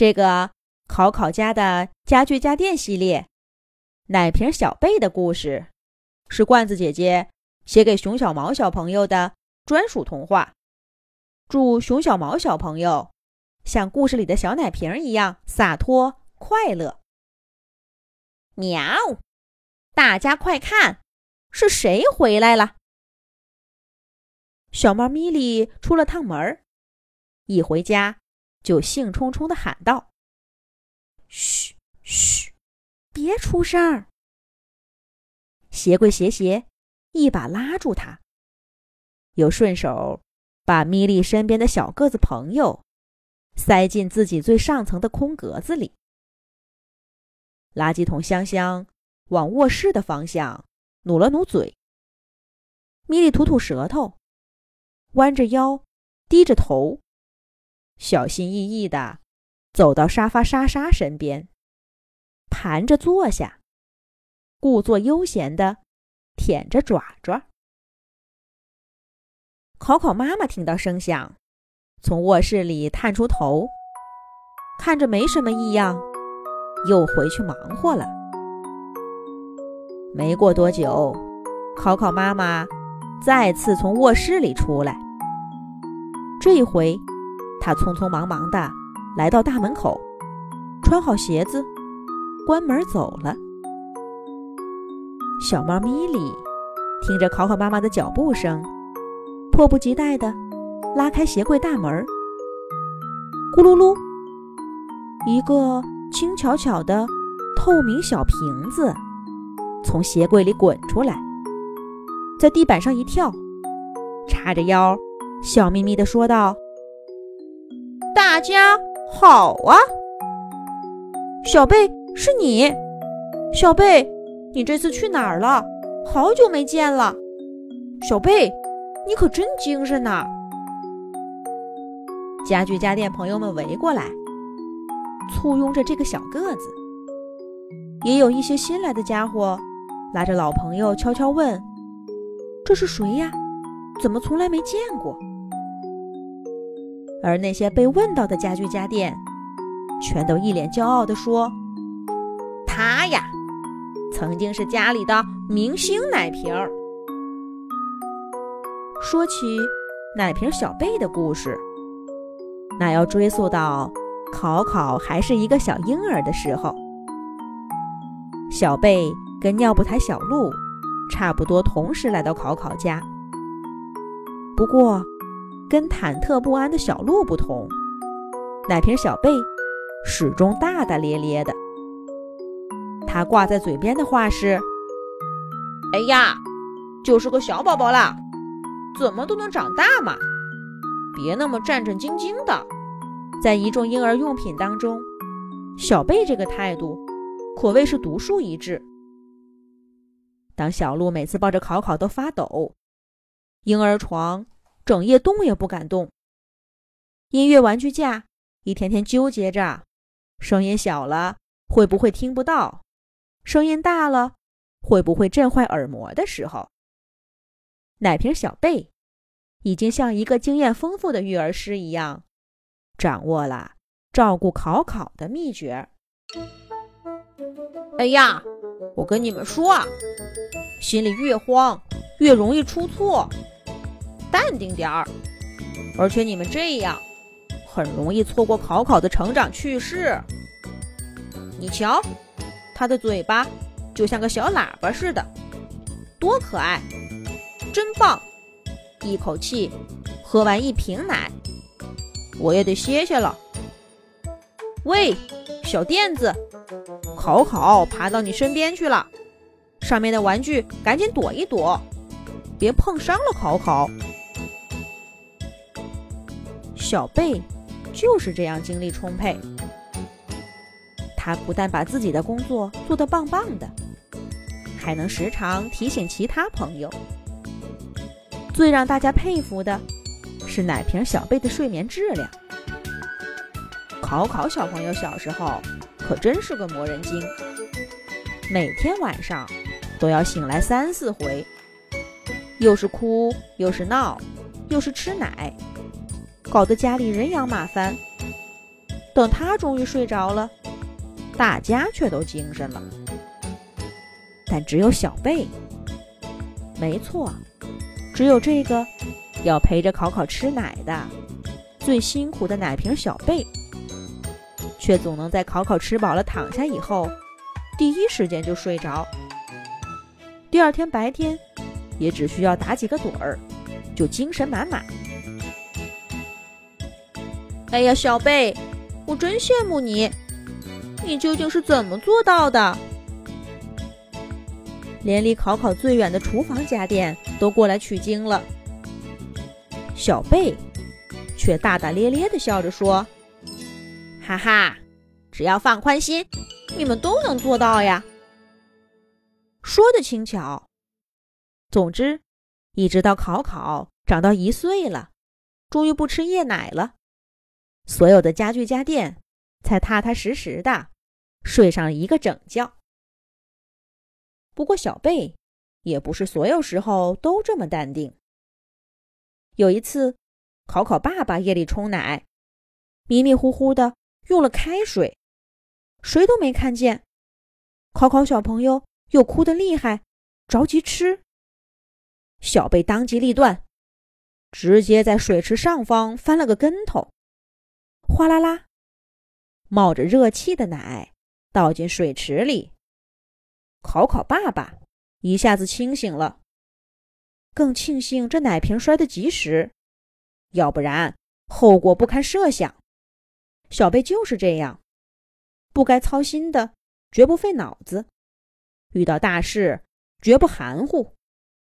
这个考考家的家具家电系列，奶瓶小贝的故事，是罐子姐姐写给熊小毛小朋友的专属童话。祝熊小毛小朋友像故事里的小奶瓶一样洒脱快乐。喵！大家快看，是谁回来了？小猫咪莉出了趟门，一回家就兴冲冲地喊道：嘘嘘，别出声。鞋柜鞋一把拉住他，又顺手把咪莉身边的小个子朋友塞进自己最上层的空格子里。垃圾桶香香往卧室的方向努了努嘴，咪莉吐吐舌头，弯着腰低着头，小心翼翼地走到沙发莎莎身边，盘着坐下，故作悠闲地舔着爪爪。考考妈妈听到声响，从卧室里探出头，看着没什么异样，又回去忙活了。没过多久，考考妈妈再次从卧室里出来，这一回她匆匆忙忙地来到大门口，穿好鞋子，关门走了。小猫咪莉听着考考妈妈的脚步声，迫不及待地拉开鞋柜大门，咕噜噜，一个轻巧巧的透明小瓶子从鞋柜里滚出来，在地板上一跳，叉着腰笑眯眯地说道：大家好啊！小贝，是你？小贝，你这次去哪儿了？好久没见了。小贝，你可真精神呐！家具家电朋友们围过来，簇拥着这个小个子，也有一些新来的家伙拉着老朋友悄悄问：这是谁呀？怎么从来没见过？而那些被问到的家具家电全都一脸骄傲地说：他呀，曾经是家里的明星奶瓶。说起奶瓶小贝的故事，那要追溯到考考还是一个小婴儿的时候。小贝跟尿布台小鹿差不多同时来到考考家，不过跟忐忑不安的小鹿不同，奶瓶小贝始终大大咧咧的。他挂在嘴边的话是：哎呀，就是个小宝宝啦，怎么都能长大嘛，别那么战战兢兢的。在一众婴儿用品当中，小贝这个态度可谓是独树一帜。当小鹿每次抱着考考都发抖，婴儿床整夜动也不敢动，音乐玩具架一天天纠结着，声音小了会不会听不到，声音大了会不会震坏耳膜的时候，奶瓶小贝已经像一个经验丰富的育儿师一样，掌握了照顾考考的秘诀。哎呀，我跟你们说啊，心里越慌越容易出错，淡定点儿。而且你们这样很容易错过考考的成长趣事。你瞧，他的嘴巴就像个小喇叭似的，多可爱，真棒，一口气喝完1瓶奶。我也得歇歇了。喂，小垫子，考考爬到你身边去了，上面的玩具赶紧躲一躲，别碰伤了考考。小贝就是这样精力充沛，他不但把自己的工作做得棒棒的，还能时常提醒其他朋友。最让大家佩服的是奶瓶小贝的睡眠质量。考考小朋友小时候可真是个磨人精，每天晚上都要醒来3、4回，又是哭又是闹又是吃奶，搞得家里人仰马翻。 等他终于睡着了，大家却都精神了。但只有小贝，没错，只有这个要陪着考考吃奶的最辛苦的奶瓶小贝，却总能在考考吃饱了躺下以后，第一时间就睡着。第二天白天也只需要打几个盹儿，就精神满满。哎呀，小贝，我真羡慕你，你究竟是怎么做到的？连离考考最远的厨房家电都过来取经了。小贝却大大咧咧地笑着说：哈哈，只要放宽心，你们都能做到呀。说得轻巧。总之，一直到考考长到1岁了，终于不吃夜奶了，所有的家具家电才踏踏实实的睡上了一个整觉。不过小贝也不是所有时候都这么淡定。有一次，考考爸爸夜里冲奶，迷迷糊糊的用了开水，谁都没看见。考考小朋友又哭得厉害，着急吃。小贝当机立断，直接在水池上方翻了个跟头，哗啦啦，冒着热气的奶倒进水池里。考考爸爸一下子清醒了，更庆幸这奶瓶摔得及时，要不然后果不堪设想。小贝就是这样，不该操心的绝不费脑子，遇到大事绝不含糊。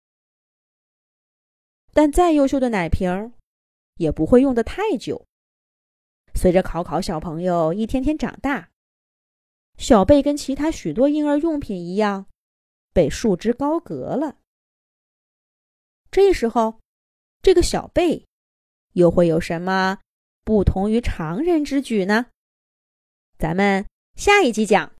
但再优秀的奶瓶也不会用得太久。随着考考小朋友一天天长大，小贝跟其他许多婴儿用品一样，被束之高阁了。这时候，这个小贝又会有什么不同于常人之举呢？咱们下一集讲。